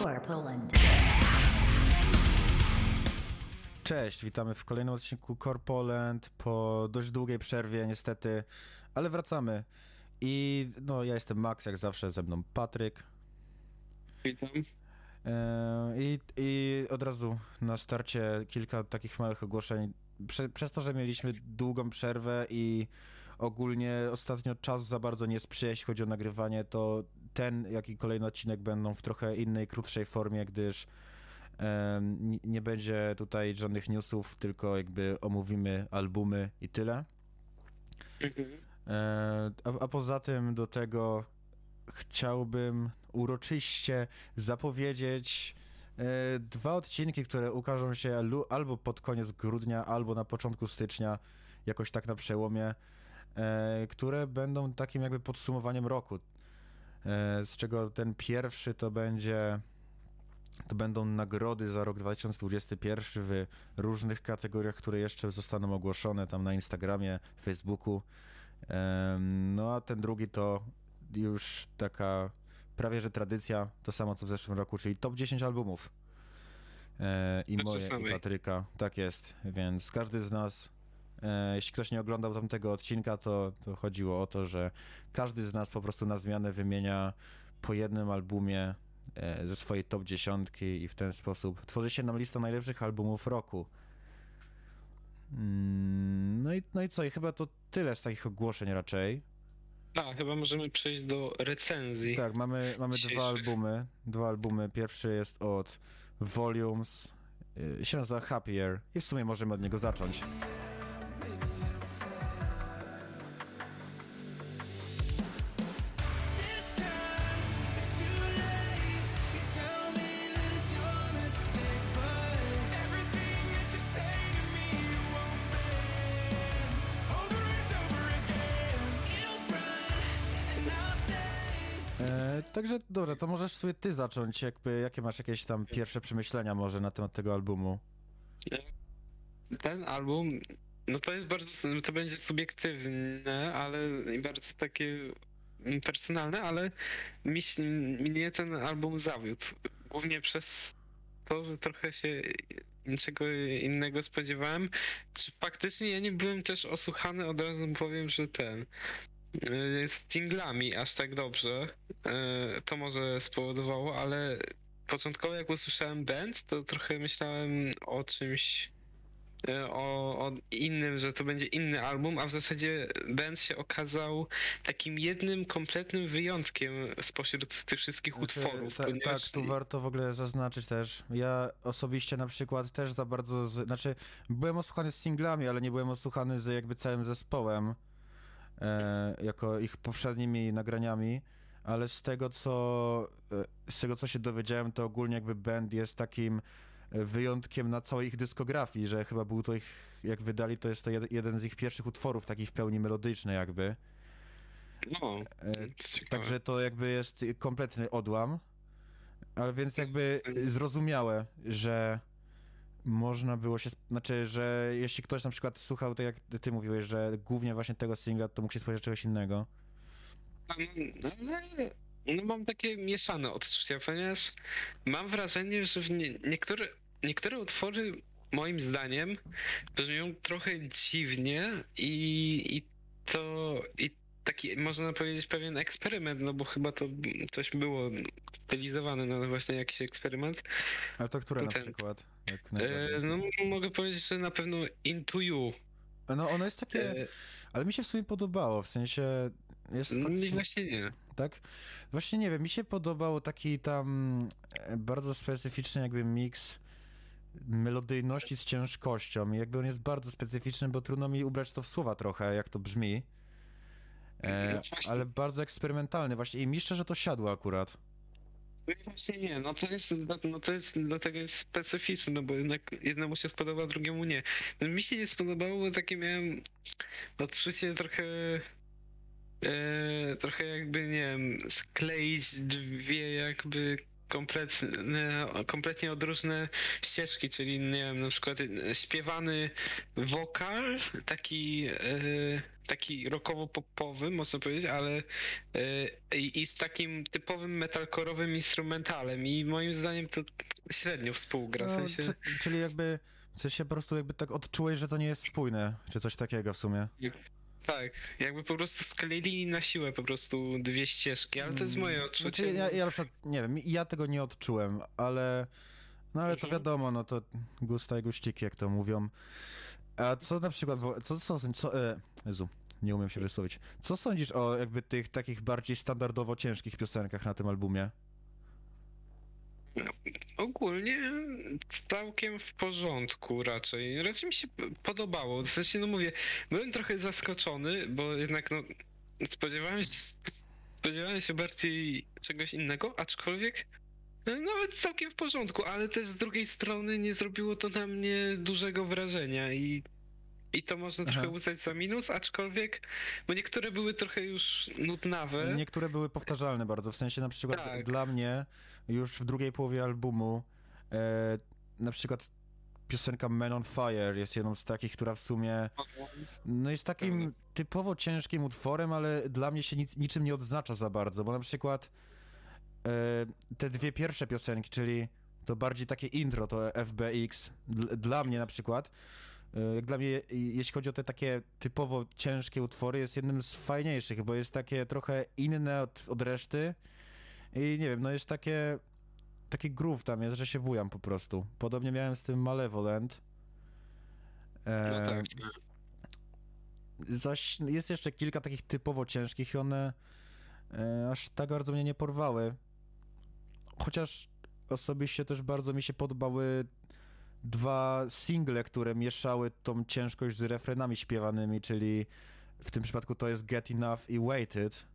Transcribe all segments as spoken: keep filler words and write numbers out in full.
Core Poland. Cześć, witamy w kolejnym odcinku Core Poland po dość długiej przerwie niestety, ale wracamy. I no ja jestem Max, jak zawsze, ze mną Patryk. Witam. E, I, I od razu na starcie kilka takich małych ogłoszeń. Prze, przez to, że mieliśmy długą przerwę i ogólnie ostatnio czas za bardzo nie sprzyja, jeśli chodzi o nagrywanie, to ten, jak i kolejny odcinek będą w trochę innej, krótszej formie, gdyż Um, nie będzie tutaj żadnych newsów, tylko jakby omówimy albumy i tyle. Mhm. E, a, a poza tym do tego chciałbym uroczyście zapowiedzieć e, dwa odcinki, które ukażą się lu, albo pod koniec grudnia, albo na początku stycznia, jakoś tak na przełomie, e, które będą takim jakby podsumowaniem roku. E, z czego ten pierwszy to będzie To będą nagrody za rok dwa tysiące dwudziesty pierwszy w różnych kategoriach, które jeszcze zostaną ogłoszone tam na Instagramie, Facebooku. No a ten drugi to już taka prawie że tradycja, to samo co w zeszłym roku, czyli top dziesięć albumów. I moje, i Patryka. Tak jest, więc każdy z nas, jeśli ktoś nie oglądał tamtego odcinka, to, to chodziło o to, że każdy z nas po prostu na zmianę wymienia po jednym albumie ze swojej top dziesiątki i w ten sposób tworzy się nam lista najlepszych albumów roku. No i, no i co? I chyba to tyle z takich ogłoszeń raczej. A, chyba możemy przejść do recenzji. Tak, mamy, mamy dwa albumy. Dwa albumy. Pierwszy jest od Volumes, się nazywa Happier i w sumie możemy od niego zacząć. Także dobra, to możesz sobie ty zacząć, jakby, jakie masz jakieś tam pierwsze przemyślenia może na temat tego albumu? Ten album, no to jest bardzo, to będzie subiektywne, ale i bardzo takie personalne, ale mi, mnie ten album zawiódł. Głównie przez to, że trochę się niczego innego spodziewałem. Czy faktycznie ja nie byłem też osłuchany, od razu powiem, że ten... z singlami aż tak dobrze, to może spowodowało, ale początkowo jak usłyszałem band, to trochę myślałem o czymś, o, o innym, że to będzie inny album, a w zasadzie band się okazał takim jednym kompletnym wyjątkiem spośród tych wszystkich znaczy, utworów. Ta, ponieważ... Tak, tu warto w ogóle zaznaczyć też. Ja osobiście na przykład też za bardzo, z, znaczy byłem osłuchany z singlami, ale nie byłem osłuchany z jakby całym zespołem. E, jako ich poprzednimi nagraniami, ale z tego, co z tego, co się dowiedziałem, to ogólnie jakby band jest takim wyjątkiem na całej ich dyskografii, że chyba był to ich, jak wydali, to jest to jed, jeden z ich pierwszych utworów, taki w pełni melodyczny jakby. No, e, Także to jakby jest kompletny odłam, ale więc jakby zrozumiałe, że można było się, znaczy, że jeśli ktoś na przykład słuchał, tak jak ty mówiłeś, że głównie właśnie tego singla, to mógł się spodziewać czegoś innego. No, no mam takie mieszane odczucia, ponieważ mam wrażenie, że w nie, niektóre, niektóre utwory moim zdaniem brzmią trochę dziwnie i, i to i taki, można powiedzieć, pewien eksperyment, no bo chyba to coś było stylizowane na właśnie jakiś eksperyment. Ale to które to na ten, przykład? Jak e, no mogę powiedzieć, że na pewno Into You. No ono jest takie, e... ale mi się w sumie podobało, w sensie jest faktycznie... Mi właśnie nie. Tak? Właśnie nie wiem, mi się podobał taki tam bardzo specyficzny jakby miks melodyjności z ciężkością i jakby on jest bardzo specyficzny, bo trudno mi ubrać to w słowa trochę, jak to brzmi. E, ale bardzo eksperymentalny właśnie i mi szczerze to siadło akurat. No i właśnie nie, no to jest, no to jest, dlatego jest specyficzne, no bo jednak jednemu się spodoba, drugiemu nie. No mi się nie spodobało, bo takie miałem odczucie trochę, e, trochę jakby, nie wiem, skleić dwie jakby kompletnie, kompletnie odróżne ścieżki, czyli nie wiem, na przykład śpiewany wokal, taki, e, taki rockowo-popowy, można powiedzieć, ale e, i, i z takim typowym metalcore'owym instrumentalem i moim zdaniem to średnio współgra, w No, sensie... czy, czyli jakby, w sensie po prostu jakby tak odczułeś, że to nie jest spójne, czy coś takiego w sumie. Tak, jakby po prostu skleili na siłę po prostu dwie ścieżki, ale to jest moje Mm, odczucie. Znaczy, ja, ja na przykład, nie wiem, ja tego nie odczułem, ale no ale to Mhm. wiadomo, no to gusta i guściki, jak to mówią. A co na przykład, wo- co, co, co e, Jezu, nie umiem się wysłowić. Co sądzisz o jakby tych takich bardziej standardowo ciężkich piosenkach na tym albumie? Ogólnie całkiem w porządku raczej. Raczej mi się p- podobało. W sensie, no mówię, byłem trochę zaskoczony, bo jednak no spodziewałem się, spodziewałem się bardziej czegoś innego, aczkolwiek no, nawet całkiem w porządku, ale też z drugiej strony nie zrobiło to na mnie dużego wrażenia i i to można Aha. trochę uznać za minus, aczkolwiek, bo niektóre były trochę już nudnawe. Niektóre były powtarzalne bardzo, w sensie na przykład Tak. dla mnie już w drugiej połowie albumu e, na przykład piosenka Man on Fire jest jedną z takich, która w sumie no jest takim typowo ciężkim utworem, ale dla mnie się nic, niczym nie odznacza za bardzo, bo na przykład e, te dwie pierwsze piosenki, czyli to bardziej takie intro, to F B X, dl, dla mnie na przykład, e, jak dla mnie, je- jeśli chodzi o te takie typowo ciężkie utwory, jest jednym z fajniejszych, bo jest takie trochę inne od, od reszty i nie wiem, no jest takie taki groove tam jest, że się bujam po prostu. Podobnie miałem z tym Malevolent. E, No tak. Zaś jest jeszcze kilka takich typowo ciężkich i one e, aż tak bardzo mnie nie porwały. Chociaż osobiście też bardzo mi się podobały dwa single, które mieszały tą ciężkość z refrenami śpiewanymi, czyli w tym przypadku to jest Get Enough i Waited.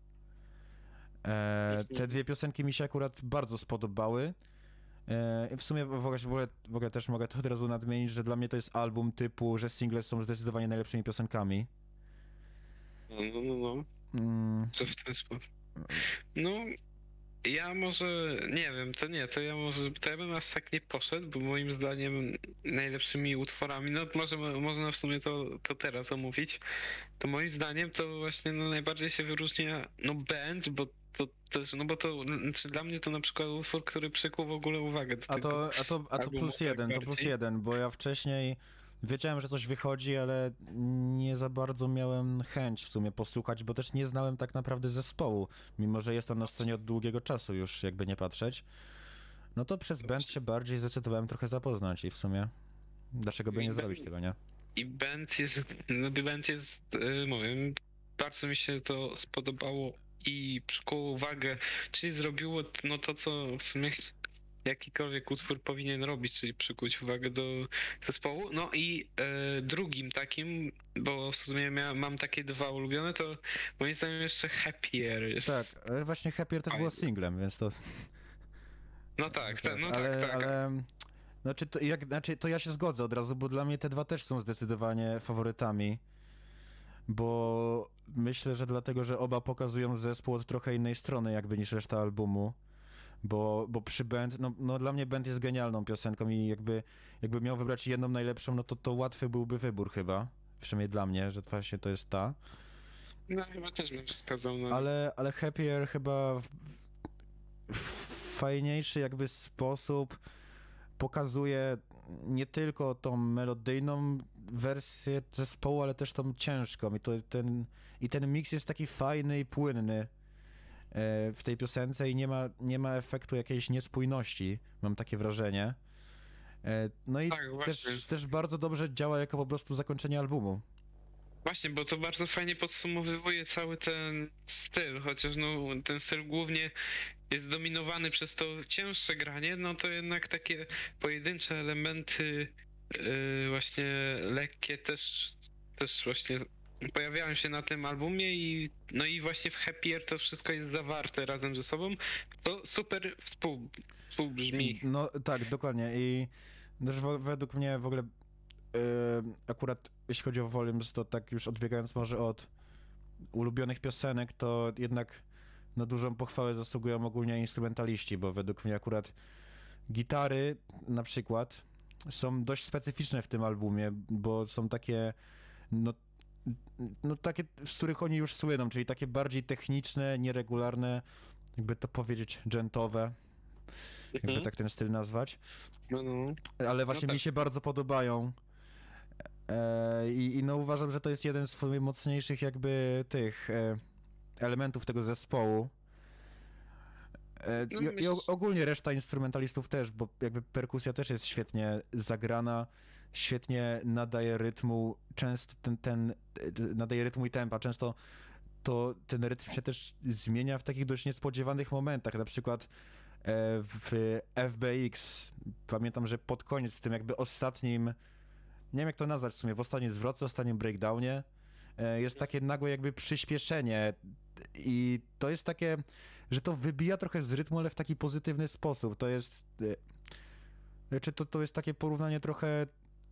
E, te dwie piosenki mi się akurat bardzo spodobały. E, w sumie w ogóle, w, ogóle, w ogóle też mogę to od razu nadmienić, że dla mnie to jest album typu, że single są zdecydowanie najlepszymi piosenkami. No, no, no, no. Mm, To w ten sposób. No, ja może, nie wiem, to nie, to ja może, to ja bym aż tak nie poszedł, bo moim zdaniem najlepszymi utworami, no może można w sumie to, to teraz omówić, to moim zdaniem to właśnie no, najbardziej się wyróżnia, no Band, bo to też, no bo to, znaczy dla mnie to na przykład utwór, który przykuł w ogóle uwagę do a tego to, a to, a to albumu plus tak jeden, to plus bardziej. jeden, bo ja wcześniej wiedziałem, że coś wychodzi, ale nie za bardzo miałem chęć w sumie posłuchać, bo też nie znałem tak naprawdę zespołu, mimo że jestem na scenie od długiego czasu już, jakby nie patrzeć. No to przez band się bardziej zdecydowałem trochę zapoznać i w sumie dlaczego by I nie band- zrobić tego, nie? I Band jest, no Band jest, yy, mówię, bardzo mi się to spodobało i przykuło uwagę, czyli zrobiło no to, co w sumie jakikolwiek utwór powinien robić, czyli przykuć uwagę do zespołu. No i e, drugim takim, bo w sumie mia, mam takie dwa ulubione, to moim zdaniem jeszcze Happier jest. Tak, ale właśnie Happier też było Fajnie. singlem, więc to... No tak, tak, no ale, tak, tak. ale znaczy to, jak, znaczy to ja się zgodzę od razu, bo dla mnie te dwa też są zdecydowanie faworytami, bo myślę, że dlatego, że oba pokazują zespół od trochę innej strony jakby niż reszta albumu, bo, bo przy Band, no, no dla mnie Band jest genialną piosenką i jakby, jakby miał wybrać jedną najlepszą, no to to łatwy byłby wybór chyba, przynajmniej dla mnie, że właśnie to jest ta, No chyba też bym wskazał na... ale, ale Happier chyba w, w, w fajniejszy jakby sposób pokazuje nie tylko tą melodyjną wersję zespołu, ale też tą ciężką i, to, ten, i ten miks jest taki fajny i płynny e, w tej piosence i nie ma, nie ma efektu jakiejś niespójności, mam takie wrażenie. E, no i Tak, właśnie. też, też bardzo dobrze działa jako po prostu zakończenie albumu. Właśnie, bo to bardzo fajnie podsumowywuje cały ten styl, chociaż no ten styl głównie jest dominowany przez to cięższe granie, no to jednak takie pojedyncze elementy yy, właśnie lekkie też, też właśnie pojawiają się na tym albumie i no i właśnie w Happier to wszystko jest zawarte razem ze sobą. To super współ, współbrzmi. No tak, dokładnie i też w, według mnie w ogóle e, akurat jeśli chodzi o Volumes, to tak już odbiegając może od ulubionych piosenek, to jednak na dużą pochwałę zasługują ogólnie instrumentaliści, bo według mnie akurat gitary na przykład są dość specyficzne w tym albumie, bo są takie, no, no takie, z których oni już słyną, czyli takie bardziej techniczne, nieregularne, jakby to powiedzieć, dżentowe, jakby Mhm. tak ten styl nazwać. No, no. Ale właśnie tak. mi się bardzo podobają. E, i, I no uważam, że to jest jeden z swoich mocniejszych jakby tych e, elementów tego zespołu. E, No, i, I myśl- o- ogólnie reszta instrumentalistów też, bo jakby perkusja też jest świetnie zagrana, świetnie nadaje rytmu, często ten, ten e, nadaje rytmu i tempa, często to ten rytm się też zmienia w takich dość niespodziewanych momentach, na przykład e, w F B X pamiętam, że pod koniec, w tym jakby ostatnim, nie wiem jak to nazwać w sumie, w ostatnim zwrotce, ostatnim breakdownie e, jest takie nagłe jakby przyspieszenie i to jest takie, że to wybija trochę z rytmu, ale w taki pozytywny sposób. To jest, e, czy to, to jest takie porównanie trochę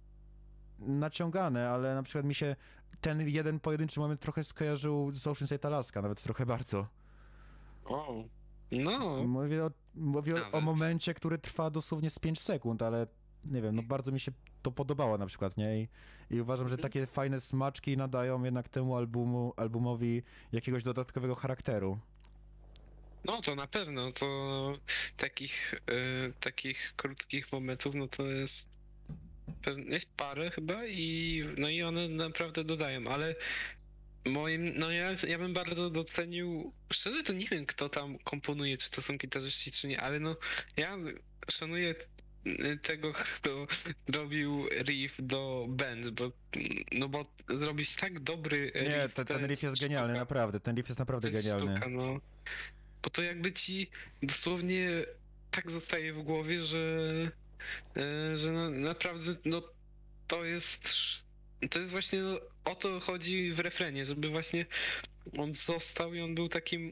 naciągane, ale na przykład mi się ten jeden pojedynczy moment trochę skojarzył z Oceanside Alaska, nawet trochę bardzo. O. No. Mówię, o, mówię o, o Nawet. momencie, który trwa dosłownie z pięć sekund, ale nie wiem, no bardzo mi się to podobało na przykład, nie? I, i uważam, że Mhm. takie fajne smaczki nadają jednak temu albumu, albumowi jakiegoś dodatkowego charakteru. No to na pewno, to takich, y, takich krótkich momentów, no to jest, pew- jest parę chyba i no i one naprawdę dodają, ale moim, no ja, ja bym bardzo docenił, szczerze to nie wiem kto tam komponuje, czy to są gitarzyści, czy nie, ale no ja szanuję y, tego, kto zrobił riff do Band, bo no bo zrobić tak dobry riff, Nie, ten, to ten riff jest genialny, sztuka. naprawdę, ten riff jest To naprawdę jest genialny. sztuka, no. Bo to jakby ci dosłownie tak zostaje w głowie, że, e, że na, naprawdę no to jest sz- to jest właśnie no, o to chodzi w refrenie, żeby właśnie on został i on był takim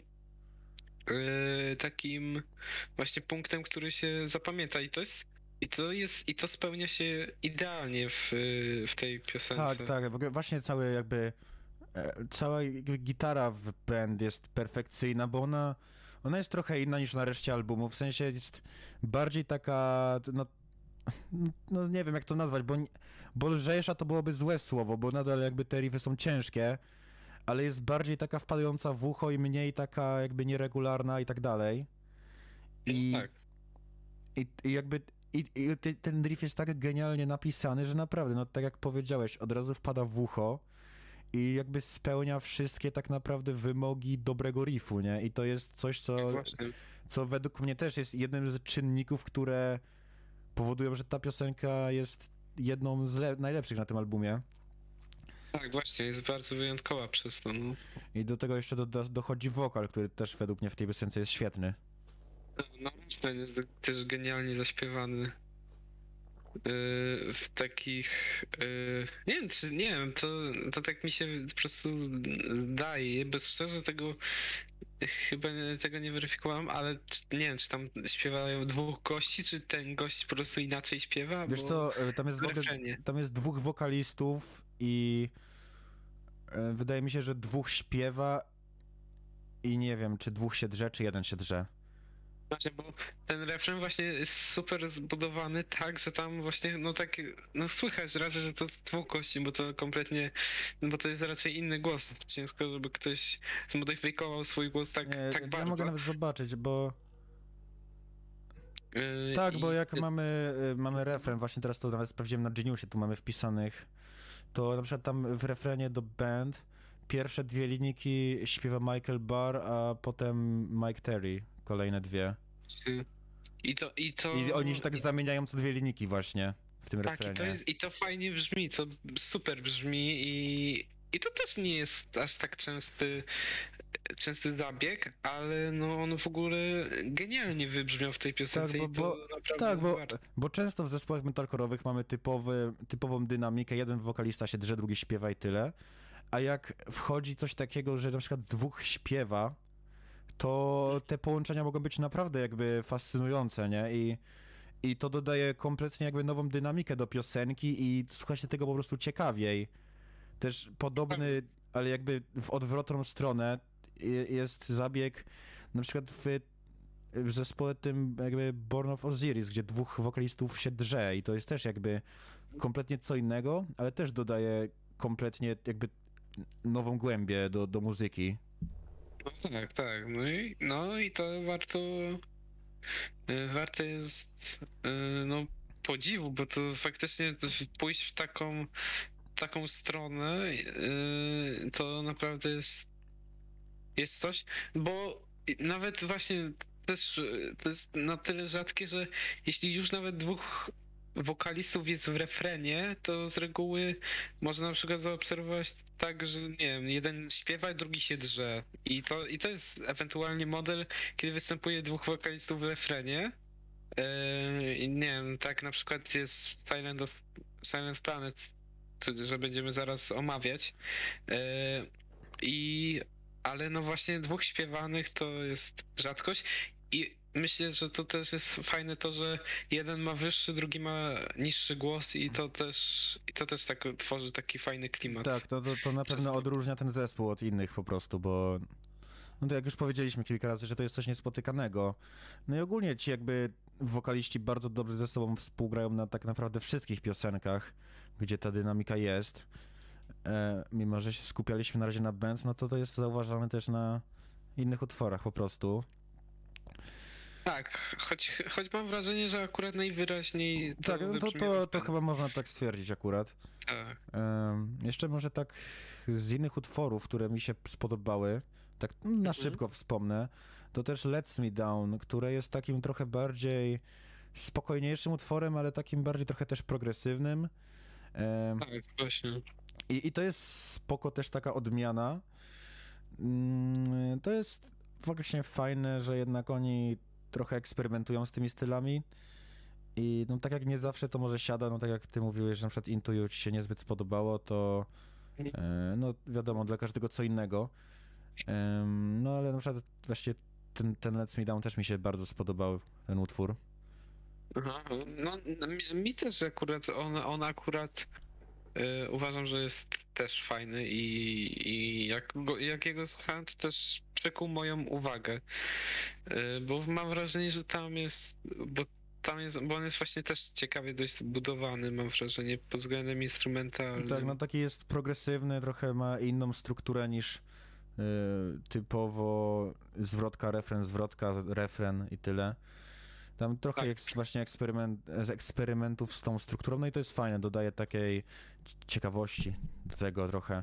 e, takim właśnie punktem, który się zapamięta i to jest i to jest i to spełnia się idealnie w, w tej piosence. Tak, tak, w ogóle właśnie cały jakby, e, cała jakby gitara w Band jest perfekcyjna, bo ona, ona jest trochę inna niż na reszcie albumu, w sensie jest bardziej taka, no, no nie wiem jak to nazwać, bo, bo lżejsza to byłoby złe słowo, bo nadal jakby te riffy są ciężkie, ale jest bardziej taka wpadająca w ucho i mniej taka jakby nieregularna i tak dalej. I, No tak. i, i jakby i, i ty- ten riff jest tak genialnie napisany, że naprawdę, no tak jak powiedziałeś, od razu wpada w ucho i jakby spełnia wszystkie tak naprawdę wymogi dobrego riffu, nie? I to jest coś, co, Tak właśnie. co według mnie też jest jednym z czynników, które powodują, że ta piosenka jest jedną z le- najlepszych na tym albumie. Tak, właśnie, jest bardzo wyjątkowa przez to. No. I do tego jeszcze doda- dochodzi wokal, który też według mnie w tej piosence jest świetny. No, ten jest też genialnie zaśpiewany. Yy, w takich. Yy, nie wiem, czy nie wiem, to, to tak mi się po prostu zdaje. Bez szczerze tego chyba nie- tego nie weryfikowałem, ale czy, nie wiem, czy tam śpiewają dwóch gości, czy ten gość po prostu inaczej śpiewa? Wiesz bo co, e, tam jest w w ogóle, refrenie. tam jest dwóch wokalistów i e, wydaje mi się, że dwóch śpiewa i nie wiem, czy dwóch się drze, czy jeden się drze. Właśnie, bo ten refren właśnie jest super zbudowany tak, że tam właśnie, no tak, no słychać raczej, że to jest dwóch gości, bo to kompletnie, no bo to jest raczej inny głos. Ciężko, żeby ktoś zmodyfikował swój głos tak, Nie, tak ja bardzo. mogę nawet zobaczyć, bo Yy, tak, i- bo jak mamy, y, mamy refren, właśnie teraz to nawet sprawdziłem na Geniusie, tu mamy wpisanych, to na przykład tam w refrenie do Band pierwsze dwie linijki śpiewa Michael Barr, a potem Mike Terry, kolejne dwie. I to, i to... I oni się tak zamieniają co dwie linijki właśnie w tym Tak, refrenie. i to, jest, i to fajnie brzmi, to super brzmi i, i to też nie jest aż tak częsty, częsty zabieg, ale no on w ogóle genialnie wybrzmiał w tej piosence Tak, bo- i to bo- naprawdę Tak, bo, warto. bo często w zespołach metalkorowych mamy typowy, typową dynamikę, jeden wokalista się drze, drugi śpiewa i tyle, a jak wchodzi coś takiego, że na przykład dwóch śpiewa, to te połączenia mogą być naprawdę jakby fascynujące, nie? I, i to dodaje kompletnie jakby nową dynamikę do piosenki i słucha się tego po prostu ciekawiej. Też podobny, ale jakby w odwrotną stronę je- jest zabieg, na przykład w, w zespole tym jakby Born of Osiris, gdzie dwóch wokalistów się drze i to jest też jakby kompletnie co innego, ale też dodaje kompletnie jakby nową głębię do, do muzyki. No tak, tak. No i, no i to warto. y, Warte jest y, no podziwu, bo to faktycznie to pójść w taką taką stronę, y, to naprawdę jest jest coś, bo nawet właśnie też y, to jest na tyle rzadkie, że jeśli już nawet dwóch wokalistów jest w refrenie, to z reguły można na przykład zaobserwować tak, że nie wiem, jeden śpiewa, drugi się drze. I to, i to jest ewentualnie model, kiedy występuje dwóch wokalistów w refrenie. Yy, nie wiem, tak na przykład jest w Silent of Silent Planet, że będziemy zaraz omawiać. Yy, I ale no właśnie dwóch śpiewanych to jest rzadkość i myślę, że to też jest fajne to, że jeden ma wyższy, drugi ma niższy głos i to też i to też tak tworzy taki fajny klimat. Tak, to, to, to na pewno Często. odróżnia ten zespół od innych po prostu, bo no to jak już powiedzieliśmy kilka razy, że to jest coś niespotykanego. No i ogólnie ci jakby wokaliści bardzo dobrze ze sobą współgrają na tak naprawdę wszystkich piosenkach, gdzie ta dynamika jest. E, mimo, że się skupialiśmy na razie na band, no to to jest zauważalne też na innych utworach po prostu. Tak, choć, choć mam wrażenie, że akurat najwyraźniej to Tak, no to, wybrzmiewa to, w to ten- chyba można tak stwierdzić akurat. Tak. Em, jeszcze może tak z innych utworów, które mi się spodobały, tak na Mhm. szybko wspomnę, to też Let's Me Down, które jest takim trochę bardziej spokojniejszym utworem, ale takim bardziej trochę też progresywnym. Em, Tak, właśnie. i, I to jest spoko też taka odmiana. Mm, To jest właśnie fajne, że jednak oni trochę eksperymentują z tymi stylami. I no tak jak nie zawsze to może siada, no tak jak ty mówiłeś, że na przykład Into You ci się niezbyt spodobało, to e, no wiadomo, dla każdego co innego. Em, no ale na przykład właśnie ten, ten Let's Me Down też mi się bardzo spodobał, ten utwór. Aha, no no, mi, mi też akurat on, on akurat y, uważam, że jest też fajny i, i jak, go, jak jego słuchałem, to też przykuł moją uwagę, y, bo mam wrażenie, że tam jest, bo tam jest, bo on jest właśnie też ciekawie dość zbudowany, mam wrażenie, pod względem instrumentalnym. Tak, no taki jest progresywny, trochę ma inną strukturę niż y, typowo zwrotka, refren, zwrotka, refren i tyle. Tam trochę Tak. jest właśnie eksperyment, z eksperymentów z tą strukturą, no i to jest fajne, dodaje takiej c- ciekawości do tego trochę.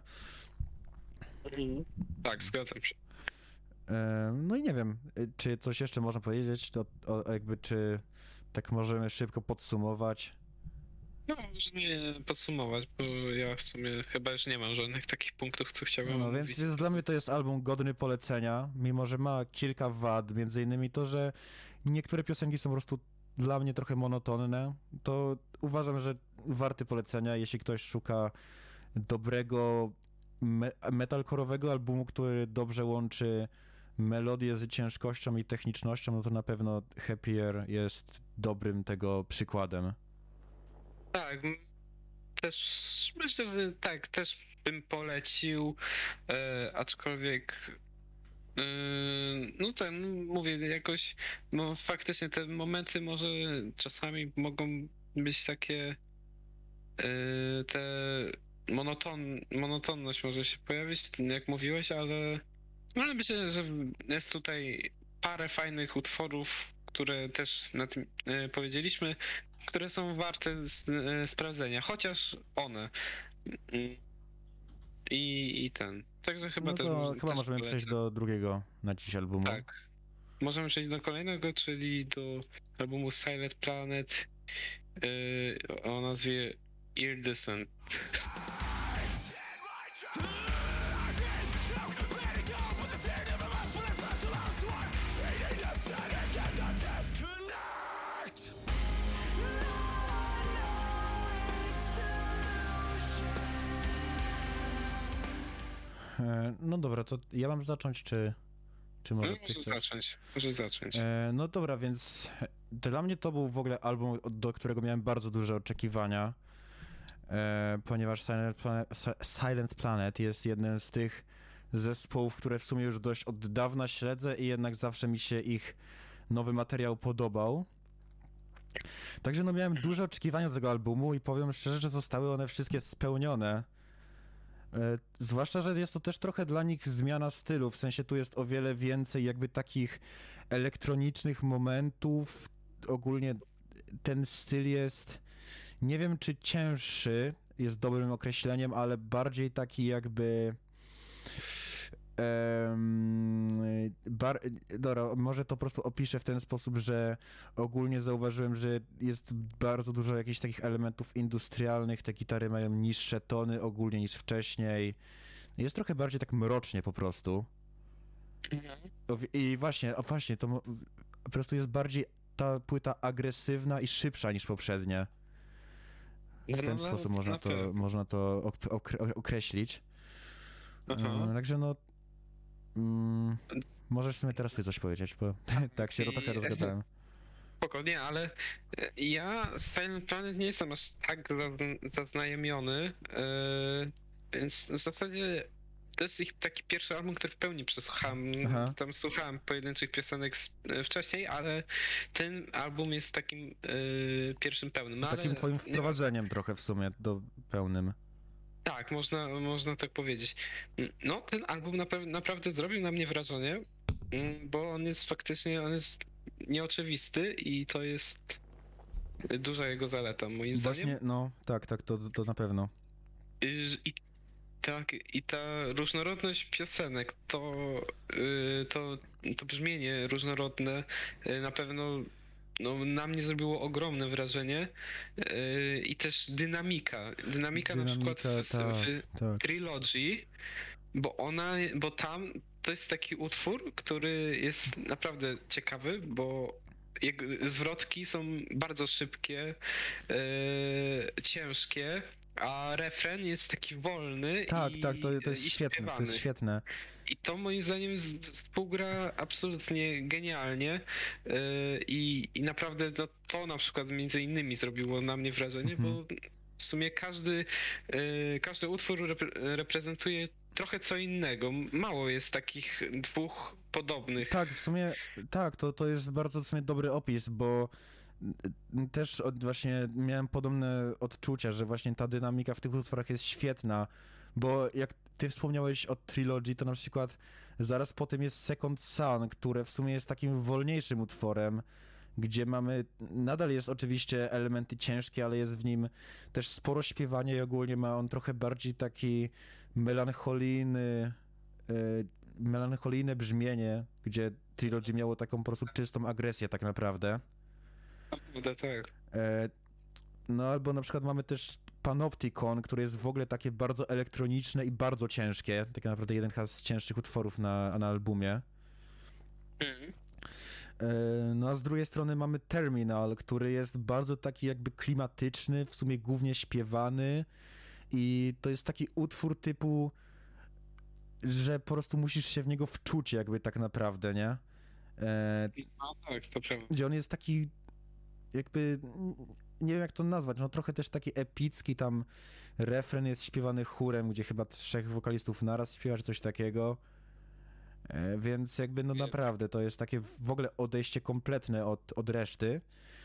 Mhm. Tak, zgadzam się. E, No i nie wiem, y, czy coś jeszcze można powiedzieć, to o, jakby czy tak możemy szybko podsumować. No, możemy je podsumować, bo ja w sumie chyba już nie mam żadnych takich punktów, co chciałbym No, więc, omówić. więc dla mnie to jest album godny polecenia, mimo że ma kilka wad, między innymi to, że niektóre piosenki są po prostu dla mnie trochę monotonne, to uważam, że warty polecenia, jeśli ktoś szuka dobrego me metalcore'owego albumu, który dobrze łączy melodię z ciężkością i technicznością, no to na pewno Happier jest dobrym tego przykładem. Tak, m- też myślę, że tak, też bym polecił, e, aczkolwiek e, no ten, mówię, jakoś, no faktycznie te momenty może czasami mogą być takie, e, te monoton, monotonność może się pojawić, jak mówiłeś, ale, no ale myślę, że jest tutaj parę fajnych utworów, które też na tym e, powiedzieliśmy, które są warte s- e, sprawdzenia, chociaż one. Mm, I, i ten. Także chyba No też, to moż- chyba też możemy polecę. przejść do drugiego na dziś albumu. Tak. Możemy przejść do kolejnego, czyli do albumu Silent Planet yy, o nazwie Iridescent. E, No dobra, to ja mam zacząć, czy, czy No, może ty możesz chcesz? zacząć. Możesz zacząć. E, No dobra, więc dla mnie to był w ogóle album, do którego miałem bardzo duże oczekiwania, e, ponieważ Silent Planet, Silent Planet jest jednym z tych zespołów, które w sumie już dość od dawna śledzę i jednak zawsze mi się ich nowy materiał podobał. Także no miałem duże oczekiwania do tego albumu i powiem szczerze, że zostały one wszystkie spełnione. E, zwłaszcza, że jest to też trochę dla nich zmiana stylu, w sensie tu jest o wiele więcej jakby takich elektronicznych momentów. Ogólnie ten styl jest, nie wiem czy cięższy jest dobrym określeniem, ale bardziej taki jakby... Um, bar, dobra, może to po prostu opiszę w ten sposób, że ogólnie zauważyłem, że jest bardzo dużo jakichś takich elementów industrialnych, te gitary mają niższe tony ogólnie niż wcześniej. Jest trochę bardziej tak mrocznie po prostu. O, I właśnie, o właśnie, to mo- po prostu jest bardziej ta płyta agresywna i szybsza niż poprzednie. W ten No, sposób na można to, pewno. można to ok- okre- określić. Aha. E, Także no... Mm, możesz w sumie teraz ty coś powiedzieć, bo tak się I- trochę rozgadałem. Spokojnie, ale e, ja z Silent Planet nie jestem aż tak zazn- zaznajomiony, e, więc w zasadzie to jest ich taki pierwszy album, który w pełni przesłuchałem. Aha. Tam słuchałem pojedynczych piosenek z, e, wcześniej, ale ten album jest takim e, pierwszym pełnym. No, Takim ale twoim nie- wprowadzeniem trochę w sumie do pełnym. Tak, można, można tak powiedzieć. No, ten album napra- naprawdę zrobił na mnie wrażenie, mm, bo on jest faktycznie, on jest nieoczywisty i to jest duża jego zaleta, moim Właśnie, zdaniem. no, tak, tak, to, to na pewno. I, i tak, i ta różnorodność piosenek, to, y, to, to brzmienie różnorodne y, na pewno no, na mnie zrobiło ogromne wrażenie y, i też dynamika. Dynamika, na przykład Dynamika, w, tak, w tak. Trilogy, bo ona, bo tam to jest taki utwór, który jest naprawdę ciekawy, bo jego zwrotki są bardzo szybkie, e, ciężkie, a refren jest taki wolny Tak, i, tak, to, to jest i świetne, to śpiewany. jest świetne. I to moim zdaniem z- współgra absolutnie genialnie e, i, i naprawdę no, to na przykład między innymi zrobiło na mnie wrażenie, Mhm. bo w sumie każdy, e, każdy utwór repre- reprezentuje trochę co innego. Mało jest takich dwóch podobnych. Tak, w sumie, tak, to, to jest bardzo w sumie dobry opis, bo mm, też od, właśnie miałem podobne odczucia, że właśnie ta dynamika w tych utworach jest świetna, bo jak ty wspomniałeś o Trilogy, to na przykład zaraz po tym jest Second Sun, które w sumie jest takim wolniejszym utworem, gdzie mamy, nadal jest oczywiście elementy ciężkie, ale jest w nim też sporo śpiewania i ogólnie ma on trochę bardziej taki melancholijny, e, melancholijne brzmienie, gdzie Trilogy miało taką po prostu czystą agresję tak naprawdę. Naprawdę tak. E, no albo na przykład mamy też Panopticon, który jest w ogóle takie bardzo elektroniczne i bardzo ciężkie, tak naprawdę jeden chyba z cięższych utworów na, na albumie. Mhm. E, No a z drugiej strony mamy Terminal, który jest bardzo taki jakby klimatyczny, w sumie głównie śpiewany i to jest taki utwór typu, że po prostu musisz się w niego wczuć jakby tak naprawdę, nie? E, No tak, to prawda. Gdzie on jest taki jakby, nie wiem jak to nazwać, no trochę też taki epicki, tam refren jest śpiewany chórem, gdzie chyba trzech wokalistów naraz śpiewa, czy coś takiego. E, Więc jakby no Jest. naprawdę to jest takie w ogóle odejście kompletne od, od reszty,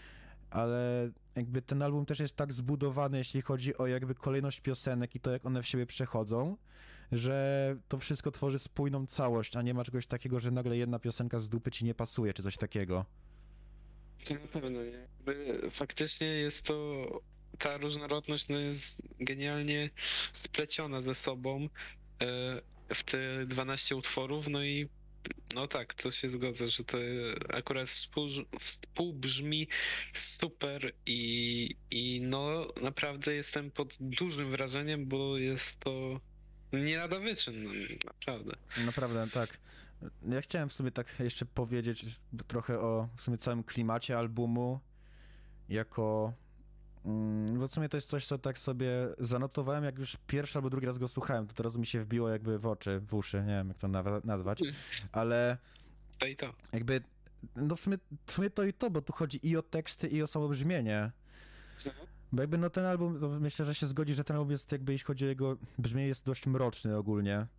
ale jakby ten album też jest tak zbudowany, jeśli chodzi o jakby kolejność piosenek i to, jak one w siebie przechodzą, że to wszystko tworzy spójną całość, a nie ma czegoś takiego, że nagle jedna piosenka z dupy ci nie pasuje, czy coś takiego. To na pewno nie. Jakby faktycznie jest to, ta różnorodność no jest genialnie spleciona ze sobą e, w te dwanaście utworów, no i no tak, to się zgodzę, że to akurat współ, współbrzmi super i, i no naprawdę jestem pod dużym wrażeniem, bo jest to nie lada wyczyn, no, naprawdę. Naprawdę, tak. Ja chciałem w sumie tak jeszcze powiedzieć trochę o w sumie całym klimacie albumu, jako... mm, Bo w sumie to jest coś, co tak sobie zanotowałem, jak już pierwszy albo drugi raz go słuchałem, to teraz mi się wbiło jakby w oczy, w uszy, nie wiem jak to nawa- nazwać, ale To i to. jakby, no w sumie, w sumie to i to, bo tu chodzi i o teksty, i o samo brzmienie. Bo jakby no ten album, to myślę, że się zgodzi, że ten album jest jakby, jeśli chodzi o jego brzmienie, jest dość mroczny ogólnie.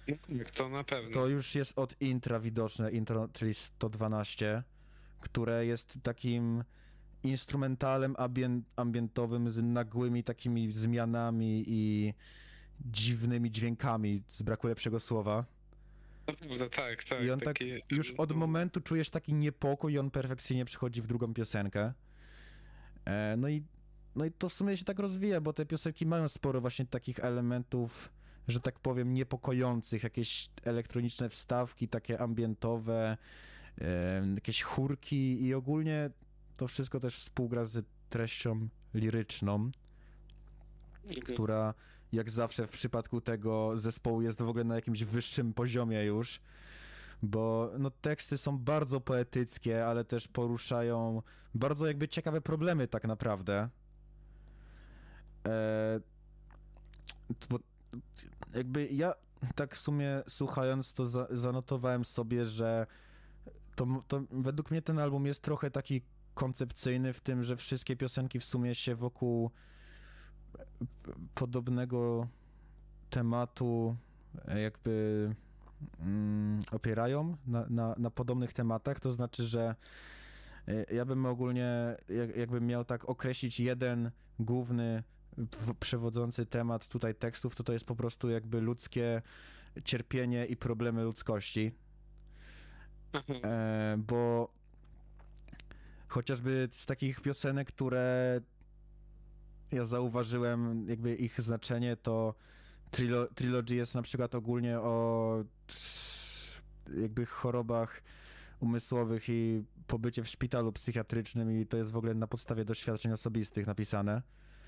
No tak, to na pewno. To już jest od intra widoczne, intro, czyli sto dwanaście, które jest takim instrumentalem ambien, ambientowym z nagłymi takimi zmianami i dziwnymi dźwiękami, z braku lepszego słowa. Naprawdę, tak, tak. I on tak, takie, już od no, momentu czujesz taki niepokój i on perfekcyjnie przychodzi w drugą piosenkę. E, no i no i to w sumie się tak rozwija, bo te piosenki mają sporo właśnie takich elementów, że tak powiem, niepokojących, jakieś elektroniczne wstawki, takie ambientowe, e, jakieś chórki i ogólnie to wszystko też współgra z treścią liryczną, która jak zawsze w przypadku tego zespołu jest w ogóle na jakimś wyższym poziomie już, bo no, teksty są bardzo poetyckie, ale też poruszają bardzo jakby ciekawe problemy tak naprawdę. E, bo jakby ja tak w sumie słuchając to za, zanotowałem sobie, że to, to według mnie ten album jest trochę taki koncepcyjny w tym, że wszystkie piosenki w sumie się wokół podobnego tematu jakby mm, opierają na, na, na podobnych tematach, to znaczy, że ja bym ogólnie, jak, jakbym miał tak określić jeden główny w, przewodzący temat tutaj tekstów, to to jest po prostu jakby ludzkie cierpienie i problemy ludzkości. E, bo chociażby z takich piosenek, które ja zauważyłem jakby ich znaczenie, to Trilo- Trilogy jest na przykład ogólnie o jakby chorobach umysłowych i pobycie w szpitalu psychiatrycznym i to jest w ogóle na podstawie doświadczeń osobistych napisane.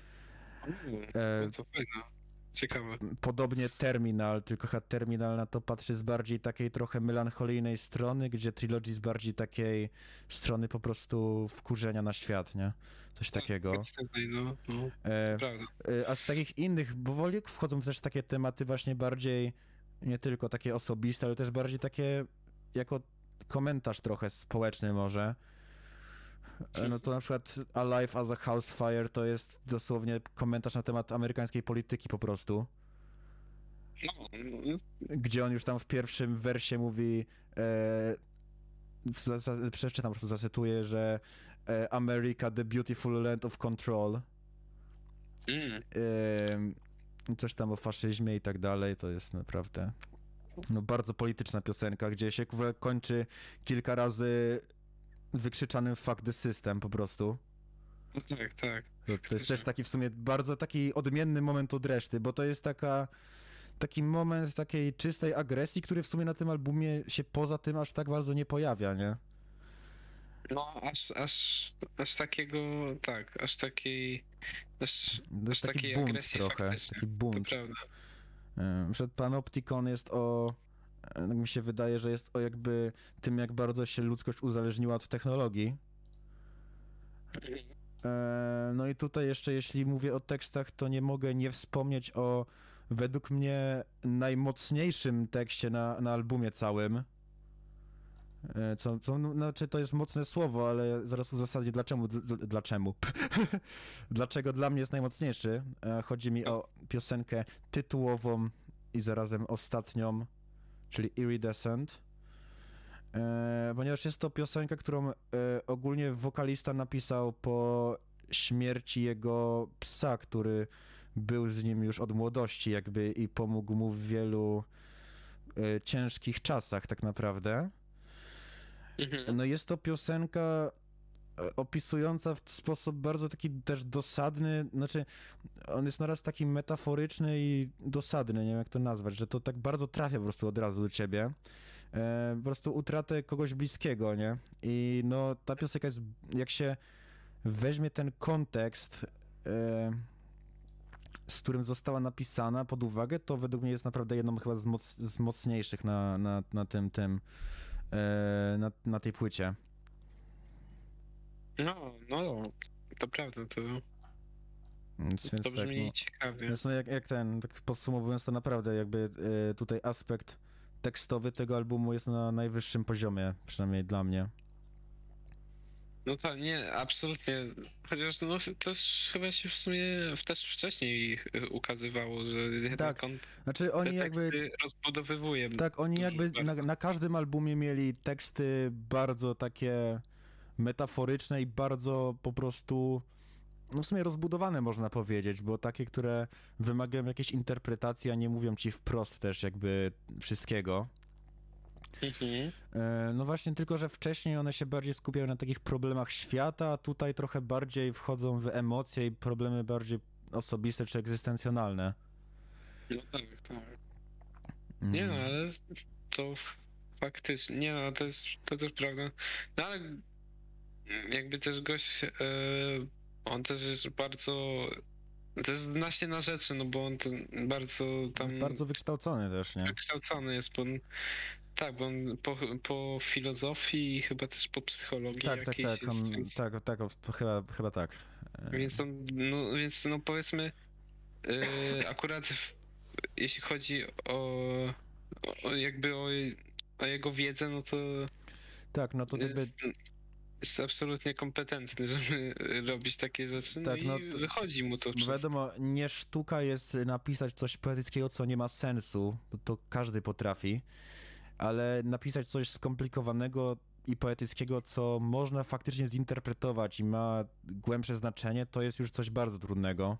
E, to fajne. Ciekawe. Podobnie Terminal, tylko chyba Terminal na to patrzy z bardziej takiej trochę melancholijnej strony, gdzie Trilogy z bardziej takiej strony po prostu wkurzenia na świat, nie? Coś takiego. No, no, e, prawda. A z takich innych, bo woli wchodzą też takie tematy właśnie bardziej, nie tylko takie osobiste, ale też bardziej takie jako komentarz trochę społeczny może. No to na przykład Alive as a House Fire to jest dosłownie komentarz na temat amerykańskiej polityki po prostu. No, no. Gdzie on już tam w pierwszym wersie mówi, e, przeczytam, po prostu zacytuję, że e, America the beautiful land of control. Mm. E, coś tam o faszyzmie i tak dalej, to jest naprawdę no, bardzo polityczna piosenka, gdzie się kończy kilka razy wykrzyczanym fuck the system po prostu. No tak, tak. To, to jest też taki w sumie bardzo taki odmienny moment od reszty, bo to jest taka taki moment takiej czystej agresji, który w sumie na tym albumie się poza tym aż tak bardzo nie pojawia, nie? No, aż, aż, aż takiego, tak, aż takiej, aż, To jest aż taki takiej bunt agresji trochę, faktycznie. taki bunt. To prawda. Na przykład Panopticon jest o, tak mi się wydaje, że jest o jakby tym, jak bardzo się ludzkość uzależniła od technologii. No i tutaj jeszcze, jeśli mówię o tekstach, to nie mogę nie wspomnieć o według mnie najmocniejszym tekście na, na albumie całym. Co, co, znaczy to jest mocne słowo, ale zaraz uzasadnię dlaczego. Dlaczego? Dlaczego dla mnie jest najmocniejszy? Chodzi mi o piosenkę tytułową i zarazem ostatnią, czyli Iridescent. E, ponieważ jest to piosenka, którą e, ogólnie wokalista napisał po śmierci jego psa, który był z nim już od młodości jakby i pomógł mu w wielu e, ciężkich czasach tak naprawdę. Mhm. No jest to piosenka opisująca w sposób bardzo taki też dosadny, znaczy on jest naraz taki metaforyczny i dosadny, nie wiem jak to nazwać, że to tak bardzo trafia po prostu od razu do ciebie. E, po prostu utratę kogoś bliskiego, nie? I no ta piosenka jest, jak się weźmie ten kontekst, e, z którym została napisana pod uwagę, to według mnie jest naprawdę jedną chyba z, moc, z mocniejszych na, na, na tym, tym e, na, na tej płycie. No, no, to prawda, to, Więc, więc to brzmi tak, no. ciekawie. Więc no jak, jak ten, tak podsumowując, to naprawdę jakby e, tutaj aspekt tekstowy tego albumu jest na najwyższym poziomie, przynajmniej dla mnie. No tak, nie, absolutnie. Chociaż no też chyba się w sumie też wcześniej y, ukazywało, że jednak Tak, on znaczy te oni jakby, teksty rozbudowywuje tak, oni dużo jakby na, bardzo. na każdym albumie mieli teksty bardzo takie metaforyczne i bardzo po prostu, no w sumie rozbudowane można powiedzieć, bo takie, które wymagają jakiejś interpretacji, a nie mówią ci wprost też jakby wszystkiego. Mhm. E, No właśnie, tylko że wcześniej one się bardziej skupiały na takich problemach świata, a tutaj trochę bardziej wchodzą w emocje i problemy bardziej osobiste czy egzystencjonalne. No tak, tak. Nie no, Mm. ale to faktycznie, nie no, to jest, to też prawda. No ale jakby też gość, e, on też jest bardzo, też zna się na rzeczy, no bo on ten bardzo tam Bardzo wykształcony też, nie? wykształcony jest, bo on, tak, bo on po, po filozofii i chyba też po psychologii Tak, tak, jakiejś tak, jest, on, więc, tak, tak, o, chyba, chyba tak. E, więc on, no, więc no powiedzmy, e, akurat w, jeśli chodzi o, o jakby o, o jego wiedzę, no to Tak, no to jakby, jest, jest absolutnie kompetentny, żeby robić takie rzeczy, no tak, no i to, wychodzi mu to wszystko. wiadomo, nie sztuka jest napisać coś poetyckiego, co nie ma sensu, bo to każdy potrafi, ale napisać coś skomplikowanego i poetyckiego, co można faktycznie zinterpretować i ma głębsze znaczenie, to jest już coś bardzo trudnego.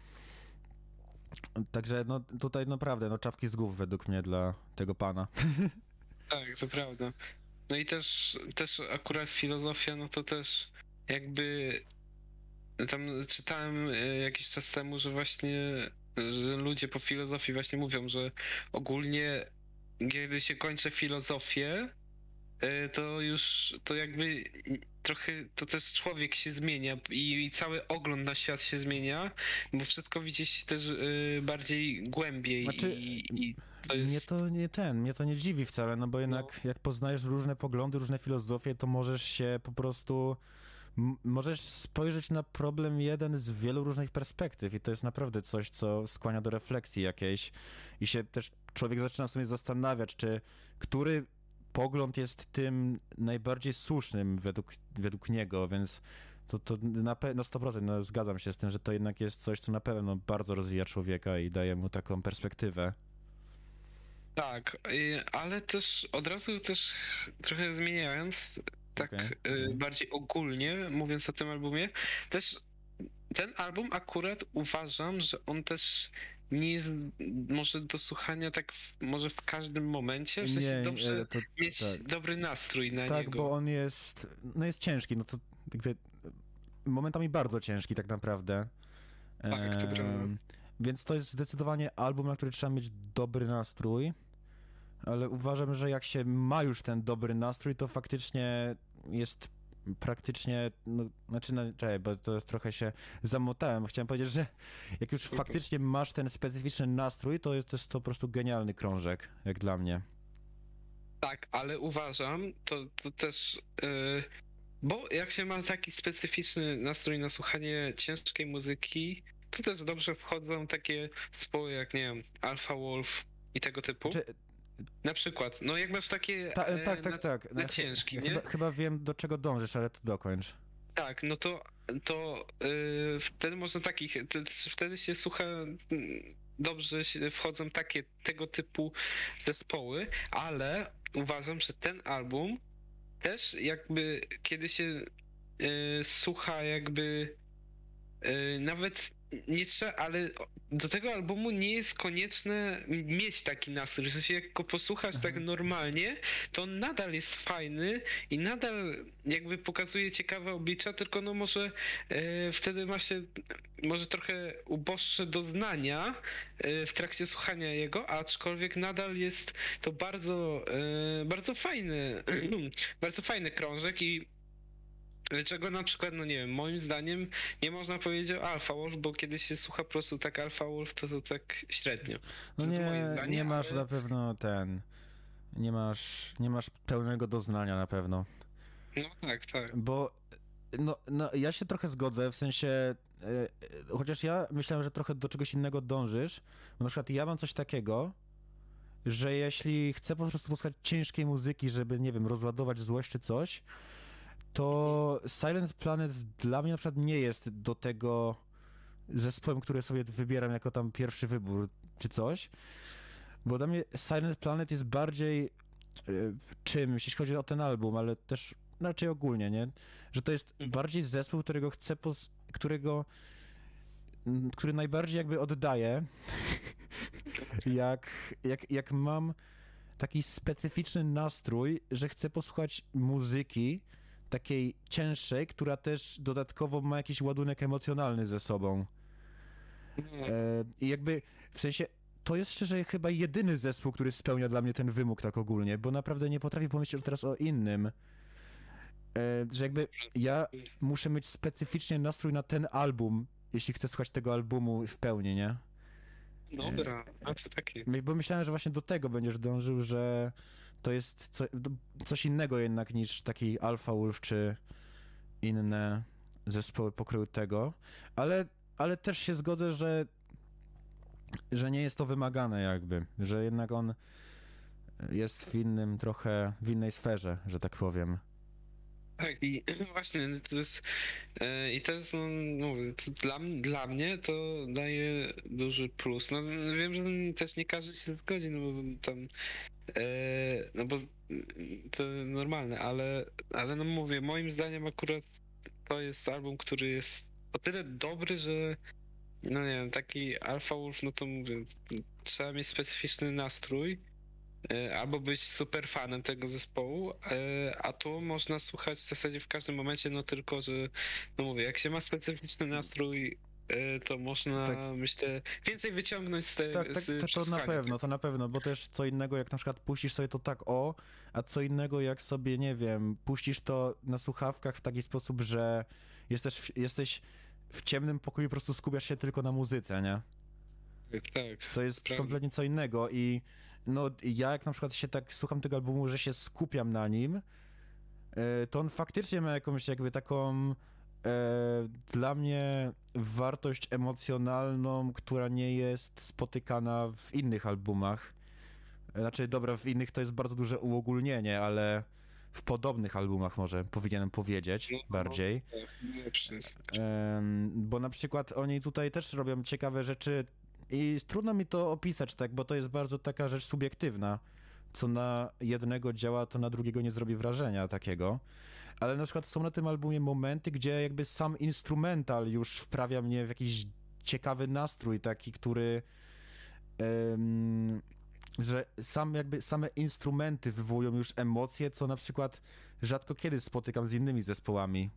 Także no tutaj naprawdę, no czapki z głów według mnie dla tego pana. Tak, to prawda. No i też, też akurat filozofia, no to też jakby tam czytałem e, jakiś czas temu, że właśnie, że ludzie po filozofii właśnie mówią, że ogólnie kiedy się kończy filozofię, e, to już to jakby trochę to też człowiek się zmienia i, i cały ogląd na świat się zmienia, bo wszystko widzi się też e, bardziej głębiej Znaczy, i, i to Mnie jest. to nie ten, mnie to nie dziwi wcale, no bo jednak jak poznajesz różne poglądy, różne filozofie, to możesz się po prostu, m- możesz spojrzeć na problem jeden z wielu różnych perspektyw i to jest naprawdę coś, co skłania do refleksji jakiejś i się też człowiek zaczyna sobie zastanawiać, czy który pogląd jest tym najbardziej słusznym według, według niego, więc to, to na, pe- na sto procent no, zgadzam się z tym, że to jednak jest coś, co na pewno bardzo rozwija człowieka i daje mu taką perspektywę. Tak, y, ale też od razu też trochę zmieniając, tak Okej, y, okej. bardziej ogólnie mówiąc o tym albumie, też ten album akurat uważam, że on też nie jest może do słuchania tak w, może w każdym momencie, w sensie Nie, dobrze e, to mieć tak. dobry nastrój na Tak, niego. bo on jest, no jest ciężki, no to jakby momentami bardzo ciężki tak naprawdę. Tak, to prawda. Em, Więc to jest zdecydowanie album, na który trzeba mieć dobry nastrój, ale uważam, że jak się ma już ten dobry nastrój, to faktycznie jest praktycznie, no, znaczy, no, czekaj, bo to trochę się zamotałem, bo chciałem powiedzieć, że jak już Spoko. faktycznie masz ten specyficzny nastrój, to jest to, jest to po prostu genialny krążek, jak dla mnie. Tak, ale uważam, to, to też, yy, bo jak się ma taki specyficzny nastrój na słuchanie ciężkiej muzyki, to też dobrze wchodzą takie zespoły jak, nie wiem, Alpha Wolf i tego typu. Czy, Na przykład, no jak masz takie ta, e, tak, tak, na, tak. na No, ch- ciężki, ja nie? chyba, chyba wiem, do czego dążysz, ale to dokończ. Tak, no to, to yy, wtedy można takich, te- wtedy się słucha, mm, dobrze się wchodzą takie tego typu zespoły, ale uważam, że ten album też jakby kiedy się yy, słucha jakby yy, nawet nie trzeba, ale do tego albumu nie jest konieczne mieć taki nastrój. W sensie jak go posłuchasz tak normalnie, to on nadal jest fajny i nadal jakby pokazuje ciekawe oblicza, tylko no może e, wtedy ma się może trochę uboższe doznania e, w trakcie słuchania jego, aczkolwiek nadal jest to bardzo, e, bardzo fajny, bardzo fajny krążek i czego na przykład, no nie wiem, moim zdaniem nie można powiedzieć o Alpha Wolf, bo kiedy się słucha po prostu tak Alpha Wolf, to to tak średnio. No To jest moje nie, zdanie, nie masz ale- na pewno ten, nie masz, nie masz pełnego doznania na pewno, No tak, tak. bo no, no ja się trochę zgodzę, w sensie, e, e, chociaż ja myślałem, że trochę do czegoś innego dążysz, bo na przykład ja mam coś takiego, że jeśli chcę po prostu posłuchać ciężkiej muzyki, żeby, nie wiem, rozładować złość czy coś, to Silent Planet dla mnie na przykład nie jest do tego zespołem, który sobie wybieram jako tam pierwszy wybór czy coś, bo dla mnie Silent Planet jest bardziej y, czymś, jeśli chodzi o ten album, ale też raczej ogólnie, nie? Że to jest Mhm. bardziej zespół, którego chcę, pos- którego m, który najbardziej jakby oddaje, jak, jak, jak mam taki specyficzny nastrój, że chcę posłuchać muzyki takiej cięższej, która też dodatkowo ma jakiś ładunek emocjonalny ze sobą. E, I jakby w sensie to jest szczerze chyba jedyny zespół, który spełnia dla mnie ten wymóg tak ogólnie, bo naprawdę nie potrafię pomyśleć teraz o innym. E, że jakby ja muszę mieć specyficznie nastrój na ten album, jeśli chcę słuchać tego albumu w pełni, nie? Dobra, a to taki. My- Bo myślałem, że właśnie do tego będziesz dążył, że to jest co, do- coś innego jednak niż taki Alpha Wolf czy inne zespoły pokroju tego, ale, ale też się zgodzę, że, że nie jest to wymagane jakby, że jednak on jest w innym trochę, w innej sferze, że tak powiem. Tak, i właśnie to jest. e, I to jest, no, mówię, to dla, m- dla mnie to daje duży plus. No wiem, że też nie każdy się zgodzi, no bo tam. e, No bo mm, to normalne, ale, ale no mówię, moim zdaniem akurat to jest album, który jest o tyle dobry, że no nie wiem, taki Alpha Wolf, no to mówię, trzeba mieć specyficzny nastrój. e, Albo być super fanem tego zespołu, e, a tu można słuchać w zasadzie w każdym momencie, no tylko, że no mówię, jak się ma specyficzny nastrój, e, to można, Tak. myślę, więcej wyciągnąć z tego. Tak, tak, to, to na pewno, to na pewno, bo też co innego jak na przykład puścisz sobie to tak o, a co innego jak sobie, nie wiem, puścisz to na słuchawkach w taki sposób, że jesteś, jesteś w ciemnym pokoju, po prostu skupiasz się tylko na muzyce, nie? Tak, tak. To jest Prawda. kompletnie co innego i no ja jak na przykład się tak słucham tego albumu, że się skupiam na nim, e, to on faktycznie ma jakąś jakby taką e, dla mnie wartość emocjonalną, która nie jest spotykana w innych albumach. Znaczy, dobra, w innych to jest bardzo duże uogólnienie, ale w podobnych albumach może powinienem powiedzieć No, bardziej. Tak, lepszy jest. Em, bo na przykład oni tutaj też robią ciekawe rzeczy i trudno mi to opisać, tak, bo to jest bardzo taka rzecz subiektywna. Co na jednego działa, to na drugiego nie zrobi wrażenia takiego. Ale na przykład są na tym albumie momenty, gdzie jakby sam instrumental już wprawia mnie w jakiś ciekawy nastrój, taki, który em, że sam jakby same instrumenty wywołują już emocje, co na przykład rzadko kiedy spotykam z innymi zespołami.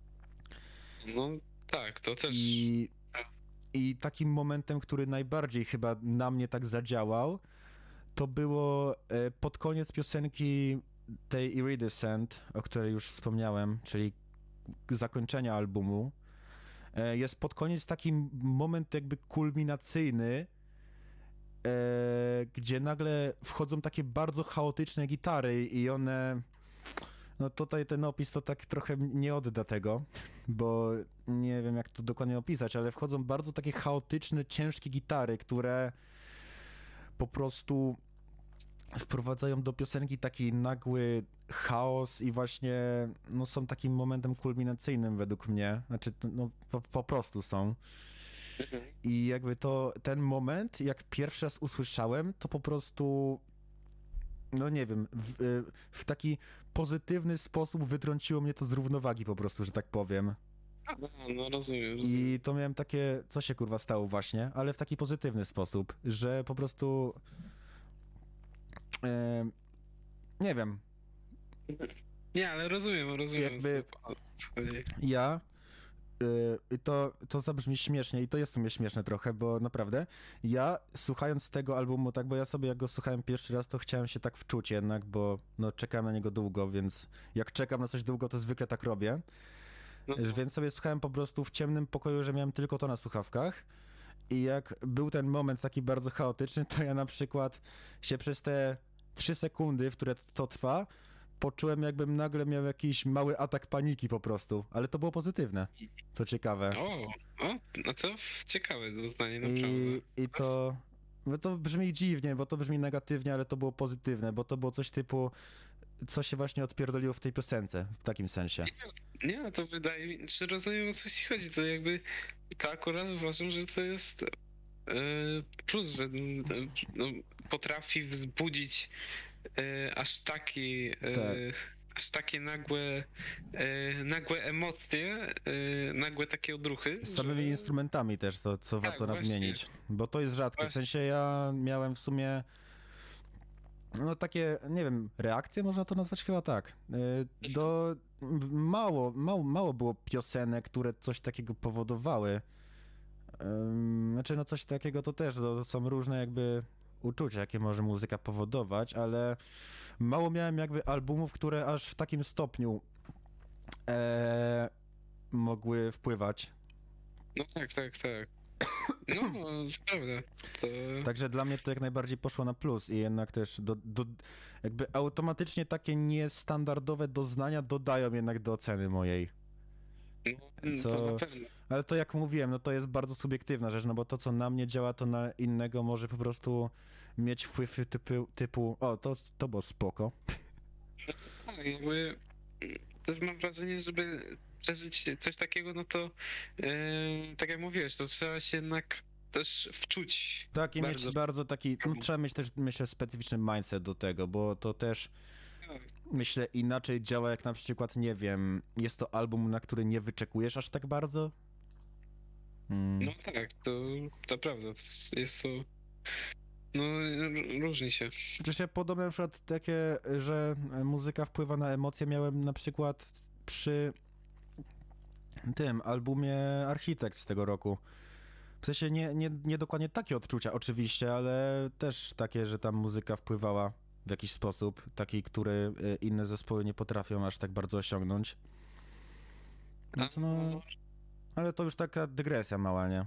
No tak, to też. I, I takim momentem, który najbardziej chyba na mnie tak zadziałał, to było e, pod koniec piosenki tej Iridescent, o której już wspomniałem, czyli zakończenia albumu. E, jest pod koniec taki moment jakby kulminacyjny, e, gdzie nagle wchodzą takie bardzo chaotyczne gitary i one... No tutaj ten opis to tak trochę nie odda tego, bo nie wiem jak to dokładnie opisać, ale wchodzą bardzo takie chaotyczne, ciężkie gitary, które po prostu wprowadzają do piosenki taki nagły chaos i właśnie no, są takim momentem kulminacyjnym według mnie, znaczy to, no, po, po prostu są. Mhm. I jakby to, ten moment, jak pierwszy raz usłyszałem, to po prostu, no nie wiem, w, w taki pozytywny sposób wytrąciło mnie to z równowagi po prostu, że tak powiem. A, no rozumiem, rozumiem. I to miałem takie, co się kurwa stało właśnie, ale w taki pozytywny sposób, że po prostu e, nie wiem, Nie, ale rozumiem, rozumiem. Jakby- co- o co chodzi. ja y, to, to zabrzmi śmiesznie i to jest w sumie śmieszne trochę, bo naprawdę ja słuchając tego albumu, tak, bo ja sobie jak go słuchałem pierwszy raz, to chciałem się tak wczuć jednak, bo no czekałem na niego długo, więc jak czekam na coś długo, to zwykle tak robię. No, Więc sobie słuchałem po prostu w ciemnym pokoju, że miałem tylko to na słuchawkach i jak był ten moment taki bardzo chaotyczny, to ja na przykład się przez te trzy sekundy, w które to trwa, poczułem jakbym nagle miał jakiś mały atak paniki po prostu, ale to było pozytywne, co ciekawe. O, o, no to ciekawe doznanie, naprawdę. I, i to, no to brzmi dziwnie, bo to brzmi negatywnie, ale to było pozytywne, bo to było coś typu co się właśnie odpierdoliło w tej piosence, w takim sensie. Nie, no to wydaje mi się, że rozumiem, o co ci chodzi. To jakby, to akurat uważam, że to jest e, plus, że no, potrafi wzbudzić e, aż taki, e, Tak. aż takie nagłe, e, nagłe emocje, e, nagłe takie odruchy. Z samymi że... instrumentami też, to co Tak, warto właśnie. nadmienić, bo to jest rzadkie. W Właśnie. sensie ja miałem w sumie no takie, nie wiem, reakcje można to nazwać chyba tak. Y, Do mało, mało, mało było piosenek, które coś takiego powodowały. Ym, Znaczy, no coś takiego to też, to są różne jakby uczucia, jakie może muzyka powodować, ale mało miałem jakby albumów, które aż w takim stopniu e, mogły wpływać. No tak, tak, tak. No, to prawda. To... Także dla mnie to jak najbardziej poszło na plus i jednak też do, do, jakby automatycznie takie niestandardowe doznania dodają jednak do oceny mojej. No, Co- to na pewno. Ale to jak mówiłem, no to jest bardzo subiektywna rzecz, no bo to co na mnie działa, to na innego może po prostu mieć wpływ typu, typu o, to, to było spoko. Tak, jakby też mam wrażenie, żeby przeżyć coś takiego, no to e, tak jak mówiłeś, to trzeba się jednak też wczuć. Tak, i Bardzo. mieć bardzo taki, no trzeba mieć też, myślę, specyficzny mindset do tego, bo to też, myślę, inaczej działa jak na przykład, nie wiem, jest to album, na który nie wyczekujesz aż tak bardzo. Mm. No tak, to, to prawda. To jest- jest to. No, r- różni się. Przecież ja podobne na przykład takie, że muzyka wpływa na emocje miałem na przykład przy tym albumie Architekt z tego roku. W sensie nie, nie, nie dokładnie takie odczucia oczywiście, ale też takie, że tam muzyka wpływała w jakiś sposób, taki, który y, inne zespoły nie potrafią aż tak bardzo osiągnąć. Więc no, ale to już taka dygresja mała, nie?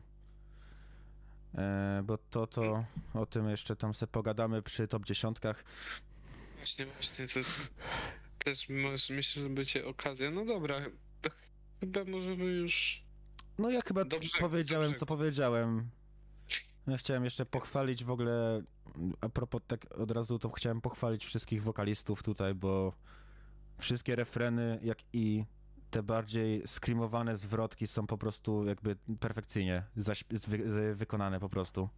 E, bo to, to o tym jeszcze tam se pogadamy przy top dziesiątkach. Właśnie, właśnie, to też może, myślę, że będzie okazja. No dobra, to chyba możemy już. No ja chyba Dobrze, powiedziałem, dobrze. co powiedziałem. Ja chciałem jeszcze pochwalić w ogóle, a propos tak od razu to chciałem pochwalić wszystkich wokalistów tutaj, bo wszystkie refreny, jak i te bardziej screamowane zwrotki są po prostu jakby perfekcyjnie zaśp- zwy- z- wykonane po prostu.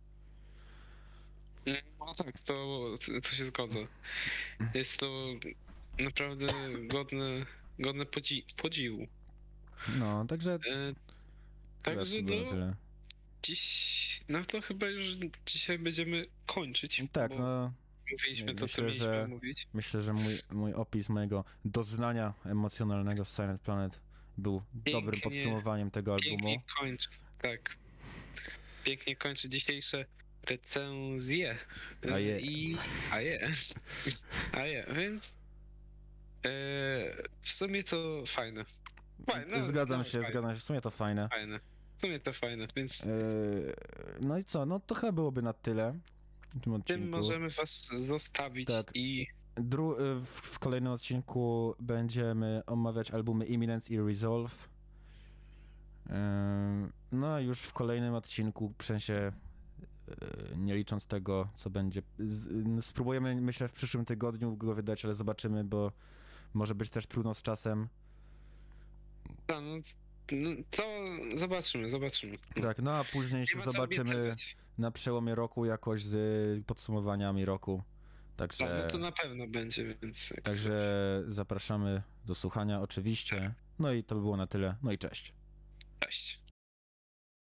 No tak, to, to się zgodzę. Jest to naprawdę godne, godne podzi- podziwu. No, także E, tyle, Także to było no, tyle. dziś, no to chyba już dzisiaj będziemy kończyć. Tak, bo no mówiliśmy to, myślę, co mieliśmy że- mówić. myślę, że mój, mój opis mojego doznania emocjonalnego z Silent Planet był dobrym Pięknie, podsumowaniem tego albumu. Pięknie kończy, tak. Pięknie kończy dzisiejsze recenzje. A je. I, a je. A je, więc e, w sumie to fajne. Fajne, Zgadzam no, się, fajne. zgadzam się, w sumie to fajne. Fajne. W sumie to fajne, więc Eee, no i co, no to chyba byłoby na tyle w tym tym odcinku. możemy was zostawić Tak. i Dru- w, w kolejnym odcinku będziemy omawiać albumy Imminence i Resolve. Eee, no a już w kolejnym odcinku, w sensie e, nie licząc tego, co będzie, z, spróbujemy, myślę, w przyszłym tygodniu go wydać, ale zobaczymy, bo może być też trudno z czasem. no, no, no, to zobaczymy, zobaczymy. Tak, no a później Nie się ma co zobaczymy obiecywać. na przełomie roku jakoś z podsumowaniami roku. Także, Tak, no to na pewno będzie, więc... jak także zapraszamy do słuchania oczywiście. No i to by było na tyle. No i cześć. Cześć.